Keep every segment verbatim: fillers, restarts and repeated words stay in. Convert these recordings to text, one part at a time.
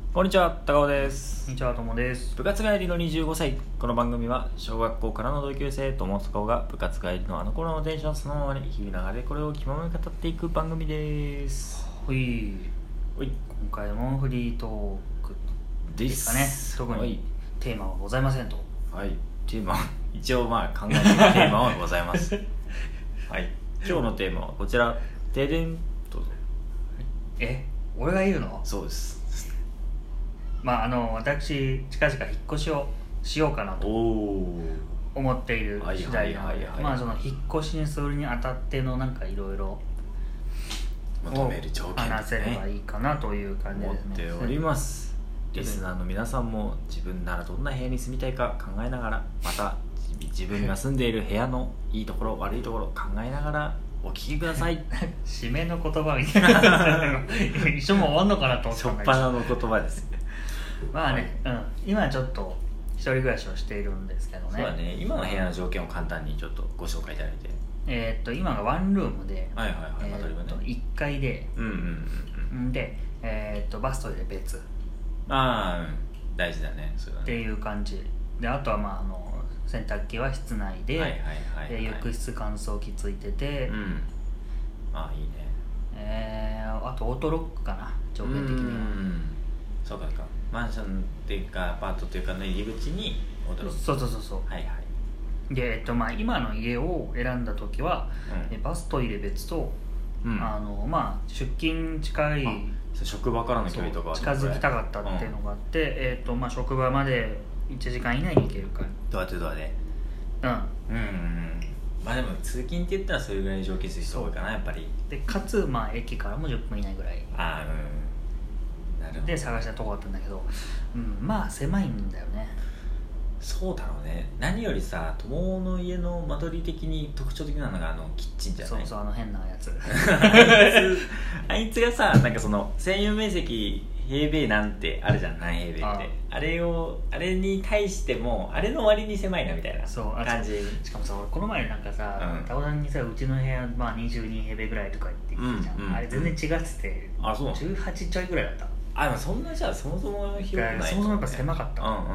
こんにちは、高尾です。 こんにちは、ともです。 部活帰りのにじゅうごさい。この番組は小学校からの同級生とも高尾が部活帰りのあの頃のテンションそのままに日々流れこれを気ままに語っていく番組です。 ほいほい。 今回もフリートークですかね。特にテーマはございませんと。 はい、テーマ一応まあ考えているテーマはございますはい、今日のテーマはこちら。停電。どうぞ。 え、俺が言うの？ そうです。 まああの私近々引っ越しをしようかなと思っている次第なので、まあその引っ越しにするにあたってのなんかいろいろ求める条件、ね、 話せればいいかなという感じですね。 思っております。リスナーの皆さんも自分ならどんな部屋に住みたいか考えながら、また自分が住んでいる部屋のいいところ悪いところ考えながらお聞きください締めの言葉みたいな一緒も終わんのかなと思ったんだけど、 しょっぱなの言葉ですね。 まあね、はい、うん、今ちょっと一人暮らしをしているんですけどね。 そうだね。今の部屋の条件を簡単にちょっとご紹介いただいて。 えー、っと今がワンルームで、 はいはいはい、 えー、っといっかいで、 うんうんうん、 で、えー、っとバストイレ別。 ああ、うん、大事だね。そうだね。 っていう感じで、あとはまああの洗濯機は室内で、 はいはいはい、はい、 で浴室乾燥機ついてて、うん、 ああいいね。 えー、あとオートロックかな、条件的には。うん、 そうかか。マンションっていうかアパートというかの入り口にオートロック。 そうそうそうそう。 はいはい。 で、えっとまあ、今の家を選んだ時は、うん、バストイレ別と、うん、あのまあ、出勤近い職場からの距離とか近づきたかったっていうのがあって、うん、えっとまあ、職場までいちじかん以内に行けるかドアとドアで、 うんうんうん、 まあでも通勤って言ったらそれぐらい条件する人多いかなやっぱり。 でかつ、まあ、駅からもじゅっぷん以内ぐらい、 あ、うん、なるほどで探したとこだったんだけど、うん、まあ狭いんだよね。 そうだろうね。何よりさ、友の家の間取り的に特徴的なのがあのキッチンじゃない？ そうそう、あの変なやつあいつがさ、なんかその占有面積平米なんてあるじゃん、何平米って。 あ, あれをあれに対してもあれの割に狭いなみたいな感じ。 しかもさ、俺この前なんかさ、タオさんにさ、うちの部屋、まあ、にじゅうに平米ぐらいとか言って言ってたじゃん、うんうん、あれ全然違ってて、 あ、そうじゅうはちちょいぐらいだった。 あ、でもそんなじゃあそもそも広くない、ね、 そもそもやっぱ狭かった、 うんうんうん、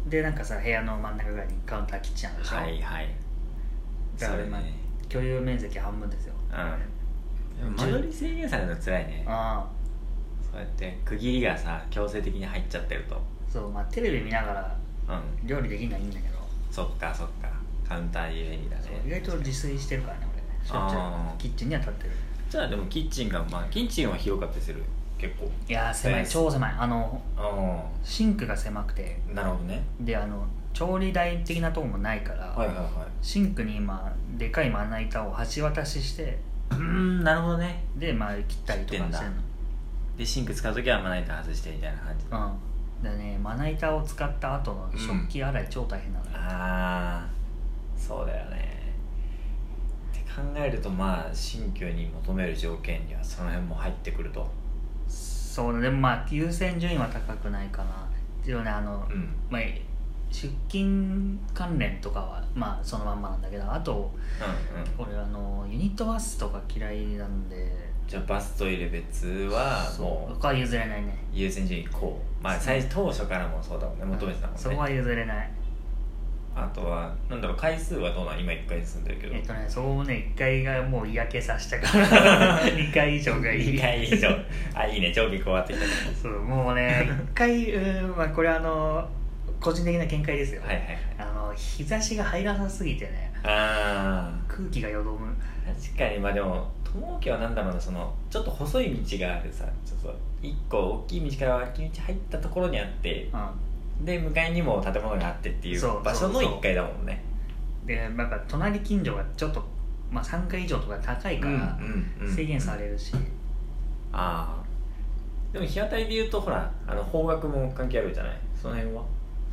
でなんかさ、部屋の真ん中ぐらいにカウンターキッチンあるでしょ。はいはい。だから、まあ、共有面積半分ですよ。 うん。間取り制限されるのつらいね。ああ。そうやって区切りがさ、強制的に入っちゃってると。 そう、まあテレビ見ながら、うん、料理できるのはいいんだけど。 そっかそっか。カウンターゆえにだね。 意外と自炊してるからね、俺ね。しょっちゅうキッチンには立ってる。 じゃあでもキッチンが、まあキッチンは広かったりする。結構いや狭い、超狭い。あのシンクが狭くて。 なるほどね。 で、あの調理台的なとこもないから、はいはいはい、シンクに今でかいまな板を橋渡しして、 うーん、なるほどね。 で、まあ、切ったりとかしてんので、シンク使うときはまな板外してみたいな感じ。 うんでね、まな板を使った後の食器洗い、うん、超大変なのよ。 ああ、そうだよね。って考えると、まあ新居に求める条件にはその辺も入ってくると。 そうでもまあ優先順位は高くないかなっていうね。あの、うん、まあ、出勤関連とかはまあそのまんまなんだけど、あと、うんうん、俺あのユニットバスとか嫌いなんで。 じゃあバストイレ別はもうそこは譲れないね。 優先順位こう、まあ最初当初からもそうだもんね、求めてたもんね。 そこは譲れない。 あとはなんだろう、回数はどうなん？今いっかいで住んでるけど、 えっとね、そうね、いっかいがもう嫌気さしたからにかい以上がいい。 にかい以上あ、いいね、上下こうやってきたそう、もうね、いっかい、うん、まあこれはあの個人的な見解ですよ。はいはいはい。あの日差しが入らなすぎてね、あ、空気がよどむ。 確かに。まあでも友家はなんだろうな、そのちょっと細い道があるさ、ちょっといっこ大きい道から脇道入ったところにあって、うん、で向かいにも建物があってっていう場所のいっかいだもんね。 で、なんか隣近所がちょっと、まあ、さんがい以上とか高いから制限されるし、うんうんうん、 ああ、でも日当たりでいうとほら、あの方角も関係あるじゃない、その辺は。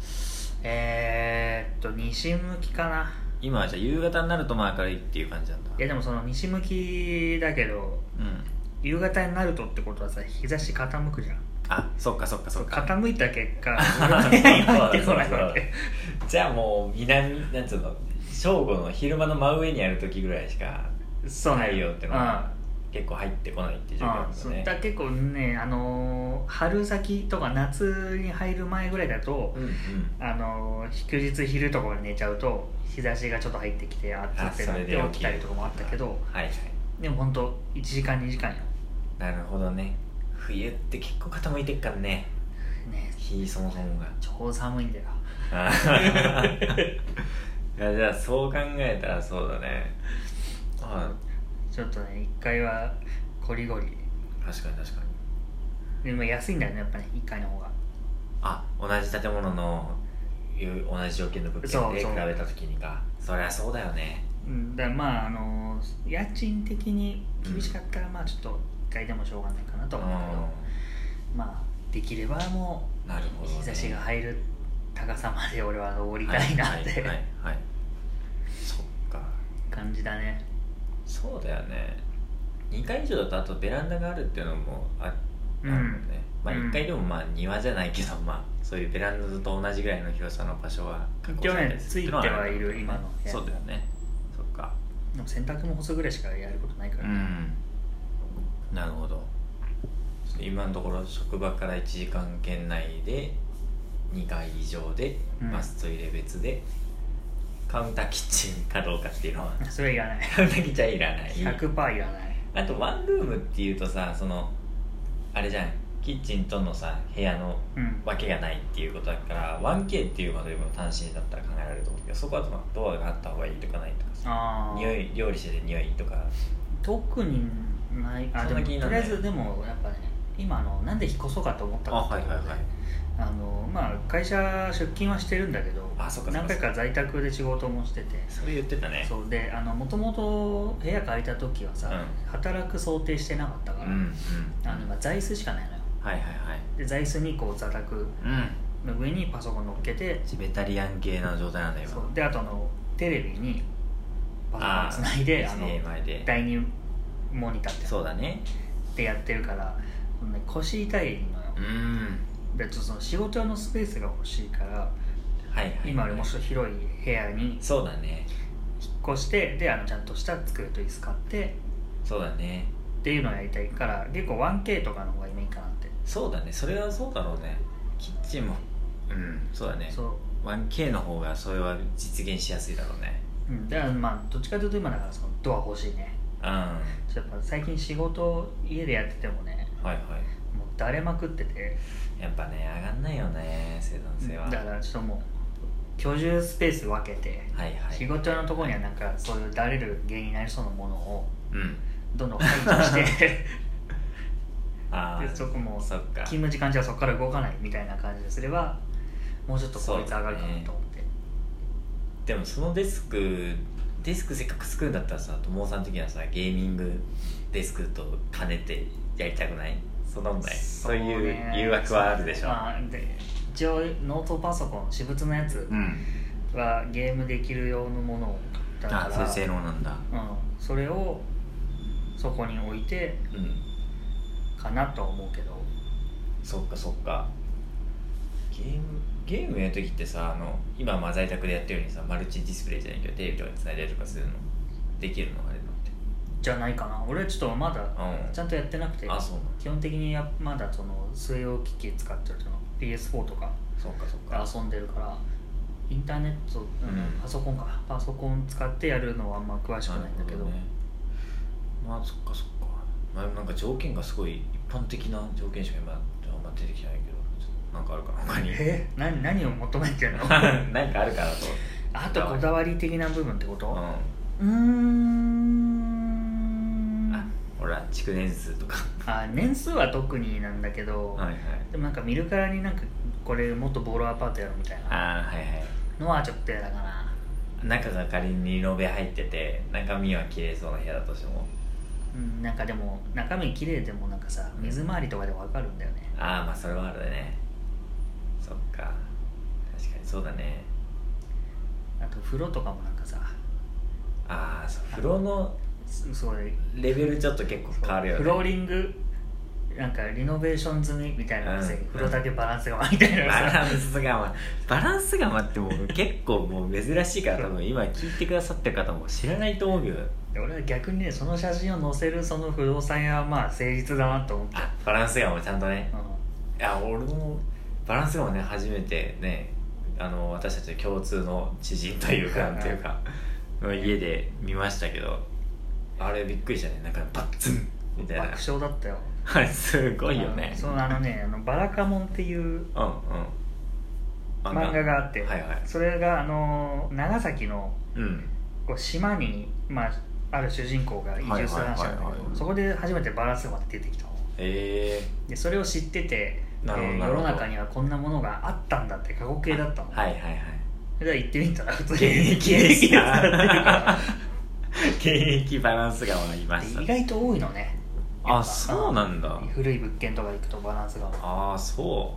えーっと西向きかな。 今はじゃあ夕方になるとまあ明るいっていう感じなんだ。 いやでもその西向きだけど、うん、夕方になるとってことはさ、日差し傾くじゃん。 あ、そっかそっかそっか。 傾いた結果部屋に入ってこないわけ。 じゃあもう南、なんつうの、正午の昼間の真上にある時ぐらいしか太陽ってのは結構入ってこないっていう状況ですね。 だ結構ね、あのー、春先とか夏に入る前ぐらいだと、うんうん、あのー、休日昼とかで寝ちゃうと日差しがちょっと入ってきて暑ってなって起きたりとかもあったけど、はいはい、でも本当いちじかんにじかんよ。 なるほどね。冬って結構傾いてっからね。ね、日そもそもが超寒いんだよ。 いや、じゃあそう考えたらそうだね。あちょっとね、いっかいはゴリゴリ。 確かに確かに。でも安いんだよね、やっぱね、いっかいの方が。 あ、同じ建物の同じ条件の物件で比べた時にか。そりゃそうだよね。 うん、だからまああの家賃的に厳しかったら、まあちょっといっかいでもしょうがないかなと思うけど、うん、まあできればもう、なるほどね、日差しが入る高さまで俺は登りたいなって、はいはいはい、はい、 そっか感じだね。 そうだよね。にかい以上だとあとベランダがあるっていうのも あ, あるもんね、うん、まあいっかいでもまあ庭じゃないけど、まあそういうベランダと同じぐらいの広さの場所は確保されてるついてはいる今の部屋。 そうだよね。そっか。 でも洗濯も干すぐらいしかやることないからね。 うん、なるほど。今のところ職場からいちじかん圏内でにかい以上で、うん、バストイレ別でカウンターキッチンかどうかっていうのはそれはいらない。 カウンターキッチンはいらない。 ひゃくパーセント いらない。 あとワンルームっていうとさ、そのあれじゃん、キッチンとのさ部屋のわけがないっていうことだから、うん、ワンケー っていうまでも単身だったら考えられると思うけど、そこはドアがあった方がいいとかないとかさ、匂い料理してて匂いとか特にない。あ、でもとりあえずでもやっぱね、今のなんで引っ越そうかと思ったかっていうと、あ、はいはいはい、あのまあ、会社出勤はしてるんだけど、あ、そっかそっか、何回か在宅で仕事もしてて、 それ言ってたね。 そうで、あのもともと部屋借りた時はさ、うん、働く想定してなかったから、うんうん、あの今座椅子しかないのよ。はいはいはい。で座椅子にこう座卓の上にパソコン乗っけて、 チベタリアン系な状態なんだよ。 そうで、あとあのテレビにパソコンつないで、あの第二モニターってそうだねってやってるから、腰痛いのよ。うんでその仕事用のスペースが欲しいから、はいはいはい、今よりもうちょっと広い部屋にそうだね引っ越して、であのちゃんとした机と椅子買って、 そうだねっていうのをやりたいから、結構 ワンケー とかの方がいいかなって。 そうだね、それはそうだろうね。キッチンもうんそうだね、そう ワンケー の方がそれは実現しやすいだろうね。 うんだからまあどっちかというと今だからそのドア欲しいね。うんやっぱ最近仕事家でやっててもね、はいはいもうだれまくってて、 やっぱね上がんないよね生産性は。 だからちょっともう居住スペース分けて、はいはい、仕事のところにはなんかそういうだれる原因になりそうなものをどんどん排除して、うん、あでそこもそっか勤務時間じゃそこから動かないみたいな感じですればもうちょっと効率上がるかなと思って、ね、 でもそのデスクデスクせっかく作るんだったらさ、友さん的にはさゲーミングデスクと兼ねてやりたくない？そんなもんない？そういう誘惑はあるでしょ。まあ、 で一応ノートパソコン私物のやつはゲームできる用のものを買ったから、 あ、そういう性能なんだ。 うん、それをそこに置いて、うん、かなとは思うけど。 そっかそっか。ゲームゲームやるときってさ、あの今まあ在宅でやってるようにさ、マルチディスプレイじゃないけどテレビとかにつないだりとかするのできるのあれのってじゃないかな。俺はちょっとまだちゃんとやってなくて、うん、あそう基本的にやまだその据え置き機使ってるの ピーエスフォー とか遊んでるから、インターネット、うん、パソコンかパソコン使ってやるのはあんま詳しくないんだけど、ね、 まあそっかそっか、まあ、なんか条件がすごい一般的な条件しか今あんま出てきてないけど、なんかあるかな他に。 え何何を求めてるの？ なんかあるかなと。 あとこだわり的な部分ってこと？うん、うーんあほら築年数とかあ年数は特になんだけど、はいはい、でもなんか見るからになんかこれもっとボロアパートやろみたいなあ、はいはい、のはちょっとやだかな。 中が仮にリノベ入ってて中身は綺麗そうな部屋だとしても、 うん、なんかでも中身綺麗でもなんかさ水回りとかで分かるんだよね、 うん、ああまあそれはあるね。そっか確かにそうだね。 あと風呂とかもなんかさああそう風呂のそうレベルちょっと結構変わるよね。 フローリングなんかリノベーション済みみたいな店に風呂だけバランス釜みたいな、 バランス釜バランス釜ってもう結構もう珍しいから多分今聞いてくださってる方も知らないと思うけど、 俺は逆にねその写真を載せるその不動産屋はまあ誠実だなと思って、 あバランス釜ちゃんとね、 うん、 いや俺もバランス釜ね初めてねあの私たち共通の知人というかなんていうかの家で見ましたけど、あれびっくりしたね、なんかバッツンみたいな爆笑だったよあれすごいよね。 そうあのねあのバラカモンっていううんうん漫画があって、 はいはい、 それがあの長崎のこう島に、まあ、ある主人公が移住する話なんだけど、そこで初めてバランス釜って出てきたの、 えー、 でそれを知ってて、えー、世の中にはこんなものがあったんだって過去形だったの。 はいはいはい。 それで行ってみたら普通に現役でした現役バランス釜がいました。 意外と多いのね。 あ、そうなんだ。 古い物件とか行くとバランス釜。 ああそう。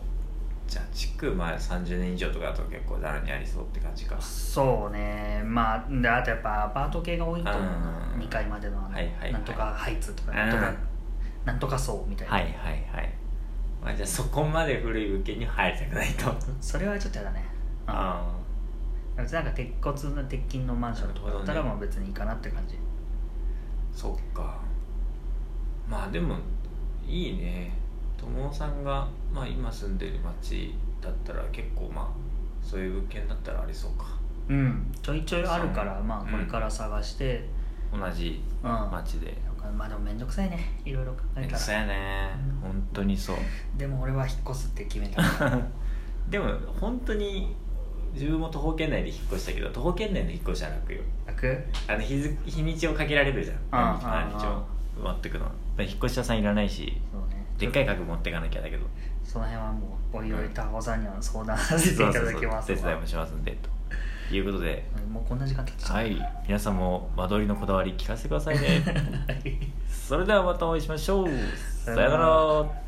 じゃあ築前さんじゅうねん以上とかだと結構ざらにありそうって感じか。 そうね、まあであとやっぱアパート系が多いと思うな。にかいまでの、はいはいはい、なんとかハイツとかなんとかなんとかそうみたいな。 はいはいはい。まあ、じゃあそこまで古い物件に入りたくないとそれはちょっとやだね。ああなんか鉄骨の鉄筋のマンションとかだったらもう別にいいかなって感じ、ね、 そっか。まあでもいいね。友さんが、まあ、今住んでる町だったら結構まあそういう物件だったらありそうか。 うんちょいちょいあるからまあこれから探して、 うん、同じ町で、 うん、まあでもめんどくさいねいろいろ考えたら。めんどくさいね、うん、本当にそう。 でも俺は引っ越すって決めたでも本当に自分も徒歩圏内で引っ越したけど徒歩圏内の引っ越しは楽よ。 楽？ あの 日, 日にちをかけられるじゃん。 ああ何日を持ってくの引っ越し屋さんいらないし、 そう、ね、 でっかい家具持っていかなきゃだけどその辺はもうおいおいタコさんには相談させていただきます。 手伝いもしますんでということで、 もうこんな時間経っちゃった。 はい皆さんも間取りのこだわり聞かせてくださいね。それではまたお会いしましょう。さよなら。